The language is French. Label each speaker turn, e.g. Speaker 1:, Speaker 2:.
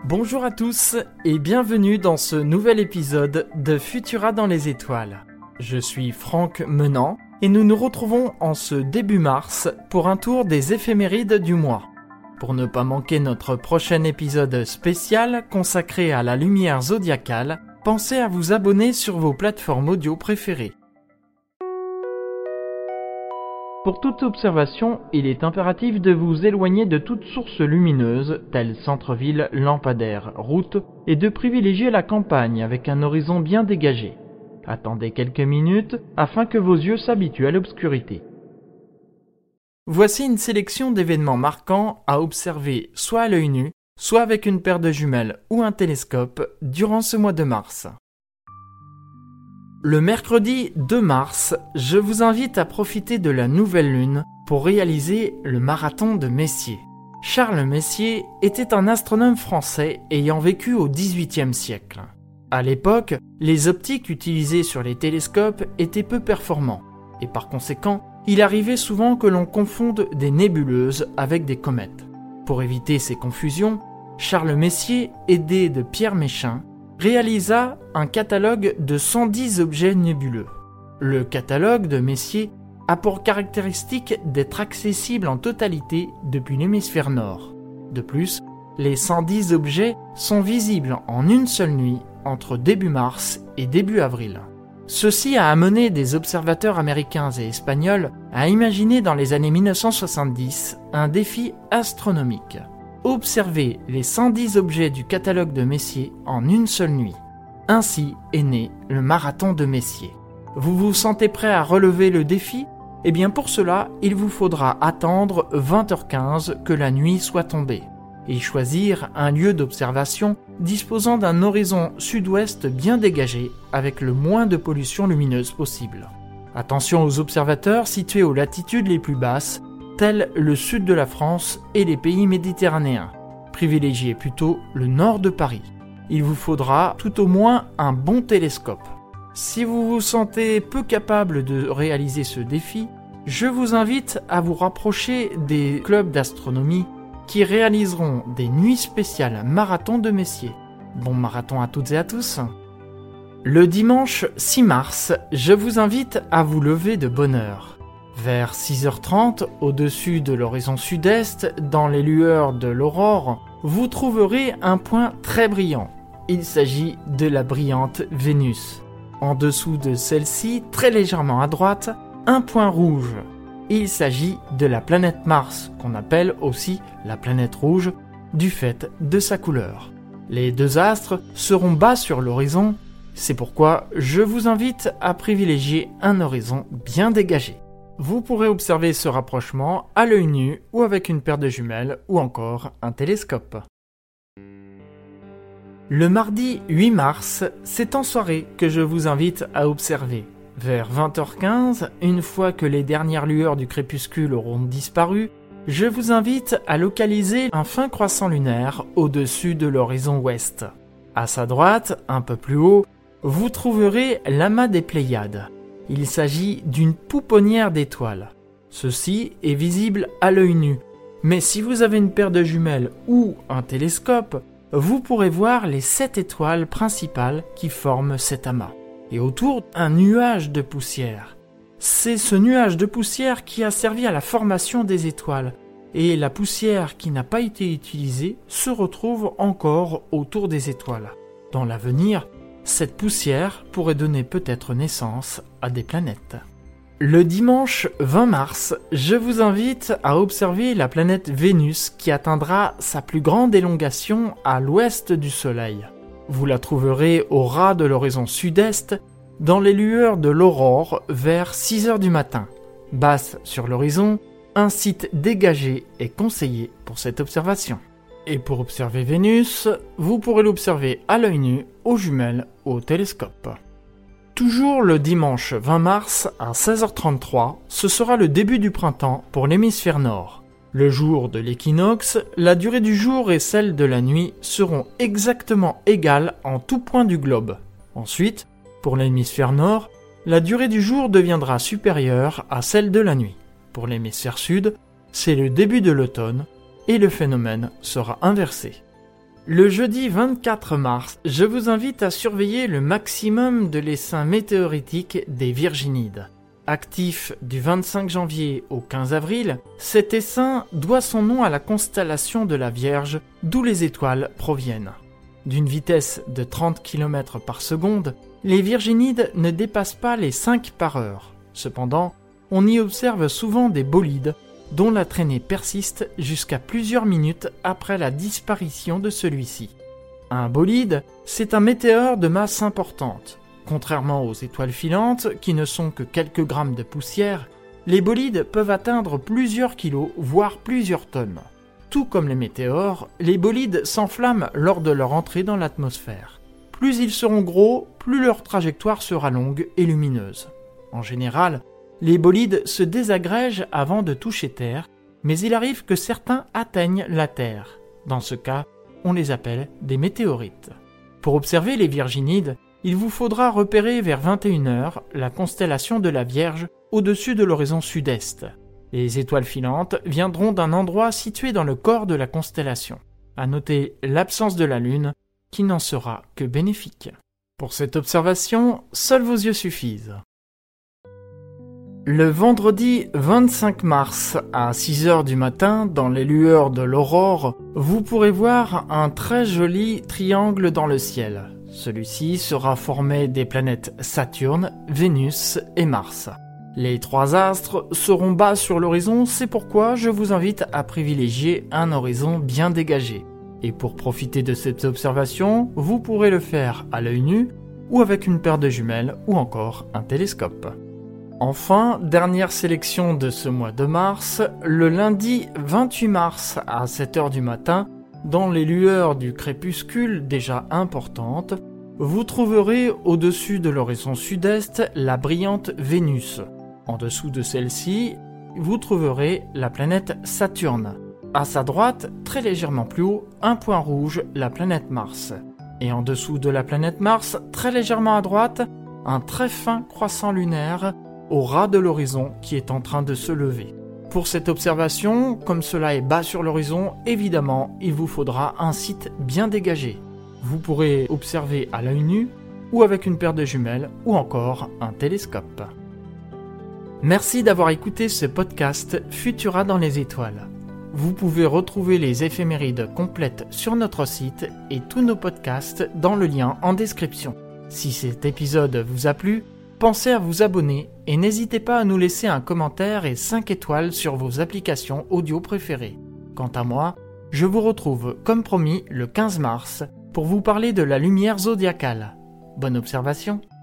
Speaker 1: Bonjour à tous et bienvenue dans ce nouvel épisode de Futura dans les étoiles. Je suis Franck Menant et nous nous retrouvons en ce début mars pour un tour des éphémérides du mois. Pour ne pas manquer notre prochain épisode spécial consacré à la lumière zodiacale, pensez à vous abonner sur vos plateformes audio préférées. Pour toute observation, il est impératif de vous éloigner de toute source lumineuse, telle centre-ville, lampadaire, route, et de privilégier la campagne avec un horizon bien dégagé. Attendez quelques minutes afin que vos yeux s'habituent à l'obscurité. Voici une sélection d'événements marquants à observer soit à l'œil nu, soit avec une paire de jumelles ou un télescope durant ce mois de mars. Le mercredi 2 mars, je vous invite à profiter de la nouvelle lune pour réaliser le marathon de Messier. Charles Messier était un astronome français ayant vécu au XVIIIe siècle. À l'époque, les optiques utilisées sur les télescopes étaient peu performants, et par conséquent, il arrivait souvent que l'on confonde des nébuleuses avec des comètes. Pour éviter ces confusions, Charles Messier, aidé de Pierre Méchain, réalisa un catalogue de 110 objets nébuleux. Le catalogue de Messier a pour caractéristique d'être accessible en totalité depuis l'hémisphère nord. De plus, les 110 objets sont visibles en une seule nuit entre début mars et début avril. Ceci a amené des observateurs américains et espagnols à imaginer dans les années 1970 un défi astronomique. Observer les 110 objets du catalogue de Messier en une seule nuit. Ainsi est né le marathon de Messier. Vous vous sentez prêt à relever le défi ? Eh bien pour cela, il vous faudra attendre 20h15 que la nuit soit tombée et choisir un lieu d'observation disposant d'un horizon sud-ouest bien dégagé avec le moins de pollution lumineuse possible. Attention aux observateurs situés aux latitudes les plus basses, tels le sud de la France et les pays méditerranéens. Privilégiez plutôt le nord de Paris. Il vous faudra tout au moins un bon télescope. Si vous vous sentez peu capable de réaliser ce défi, je vous invite à vous rapprocher des clubs d'astronomie qui réaliseront des nuits spéciales marathon de Messier. Bon marathon à toutes et à tous. Le dimanche 6 mars, je vous invite à vous lever de bonne heure. Vers 6h30, au-dessus de l'horizon sud-est, dans les lueurs de l'aurore, vous trouverez un point très brillant. Il s'agit de la brillante Vénus. En dessous de celle-ci, très légèrement à droite, un point rouge. Il s'agit de la planète Mars, qu'on appelle aussi la planète rouge, du fait de sa couleur. Les deux astres seront bas sur l'horizon, c'est pourquoi je vous invite à privilégier un horizon bien dégagé. Vous pourrez observer ce rapprochement à l'œil nu ou avec une paire de jumelles ou encore un télescope. Le mardi 8 mars, c'est en soirée que je vous invite à observer. Vers 20h15, une fois que les dernières lueurs du crépuscule auront disparu, je vous invite à localiser un fin croissant lunaire au-dessus de l'horizon ouest. À sa droite, un peu plus haut, vous trouverez l'amas des Pléiades. Il s'agit d'une pouponnière d'étoiles. Ceci est visible à l'œil nu, mais si vous avez une paire de jumelles ou un télescope, vous pourrez voir les 7 étoiles principales qui forment cet amas. Et autour, un nuage de poussière. C'est ce nuage de poussière qui a servi à la formation des étoiles. Et la poussière qui n'a pas été utilisée se retrouve encore autour des étoiles. Dans l'avenir, cette poussière pourrait donner peut-être naissance à des planètes. Le dimanche 20 mars, je vous invite à observer la planète Vénus qui atteindra sa plus grande élongation à l'ouest du Soleil. Vous la trouverez au ras de l'horizon sud-est, dans les lueurs de l'aurore vers 6h du matin. Basse sur l'horizon, un site dégagé est conseillé pour cette observation. Et pour observer Vénus, vous pourrez l'observer à l'œil nu, aux jumelles ou au télescope. Toujours le dimanche 20 mars à 16h33, ce sera le début du printemps pour l'hémisphère nord. Le jour de l'équinoxe, la durée du jour et celle de la nuit seront exactement égales en tout point du globe. Ensuite, pour l'hémisphère nord, la durée du jour deviendra supérieure à celle de la nuit. Pour l'hémisphère sud, c'est le début de l'automne et le phénomène sera inversé. Le jeudi 24 mars, je vous invite à surveiller le maximum de l'essaim météoritique des Virginides. Actif du 25 janvier au 15 avril, cet essaim doit son nom à la constellation de la Vierge, d'où les étoiles proviennent. D'une vitesse de 30 km par seconde, les Virginides ne dépassent pas les 5 par heure. Cependant, on y observe souvent des bolides dont la traînée persiste jusqu'à plusieurs minutes après la disparition de celui-ci. Un bolide, c'est un météore de masse importante. Contrairement aux étoiles filantes, qui ne sont que quelques grammes de poussière, les bolides peuvent atteindre plusieurs kilos, voire plusieurs tonnes. Tout comme les météores, les bolides s'enflamment lors de leur entrée dans l'atmosphère. Plus ils seront gros, plus leur trajectoire sera longue et lumineuse. En général, les bolides se désagrègent avant de toucher Terre, mais il arrive que certains atteignent la Terre. Dans ce cas, on les appelle des météorites. Pour observer les Virginides, il vous faudra repérer vers 21h la constellation de la Vierge au-dessus de l'horizon sud-est. Les étoiles filantes viendront d'un endroit situé dans le corps de la constellation. À noter l'absence de la Lune, qui n'en sera que bénéfique. Pour cette observation, seuls vos yeux suffisent. Le vendredi 25 mars à 6h du matin, dans les lueurs de l'aurore, vous pourrez voir un très joli triangle dans le ciel. Celui-ci sera formé des planètes Saturne, Vénus et Mars. Les 3 astres seront bas sur l'horizon, c'est pourquoi je vous invite à privilégier un horizon bien dégagé. Et pour profiter de cette observation, vous pourrez le faire à l'œil nu, ou avec une paire de jumelles, ou encore un télescope. Enfin, dernière sélection de ce mois de mars, le lundi 28 mars à 7h du matin, dans les lueurs du crépuscule déjà importantes, vous trouverez au-dessus de l'horizon sud-est la brillante Vénus. En dessous de celle-ci, vous trouverez la planète Saturne. À sa droite, très légèrement plus haut, un point rouge, la planète Mars. Et en dessous de la planète Mars, très légèrement à droite, un très fin croissant lunaire au ras de l'horizon qui est en train de se lever. Pour cette observation, comme cela est bas sur l'horizon, évidemment, il vous faudra un site bien dégagé. Vous pourrez observer à l'œil nu, ou avec une paire de jumelles, ou encore un télescope. Merci d'avoir écouté ce podcast Futura dans les étoiles. Vous pouvez retrouver les éphémérides complètes sur notre site et tous nos podcasts dans le lien en description. Si cet épisode vous a plu, pensez à vous abonner et n'hésitez pas à nous laisser un commentaire et 5 étoiles sur vos applications audio préférées. Quant à moi, je vous retrouve comme promis le 15 mars pour vous parler de la lumière zodiacale. Bonne observation!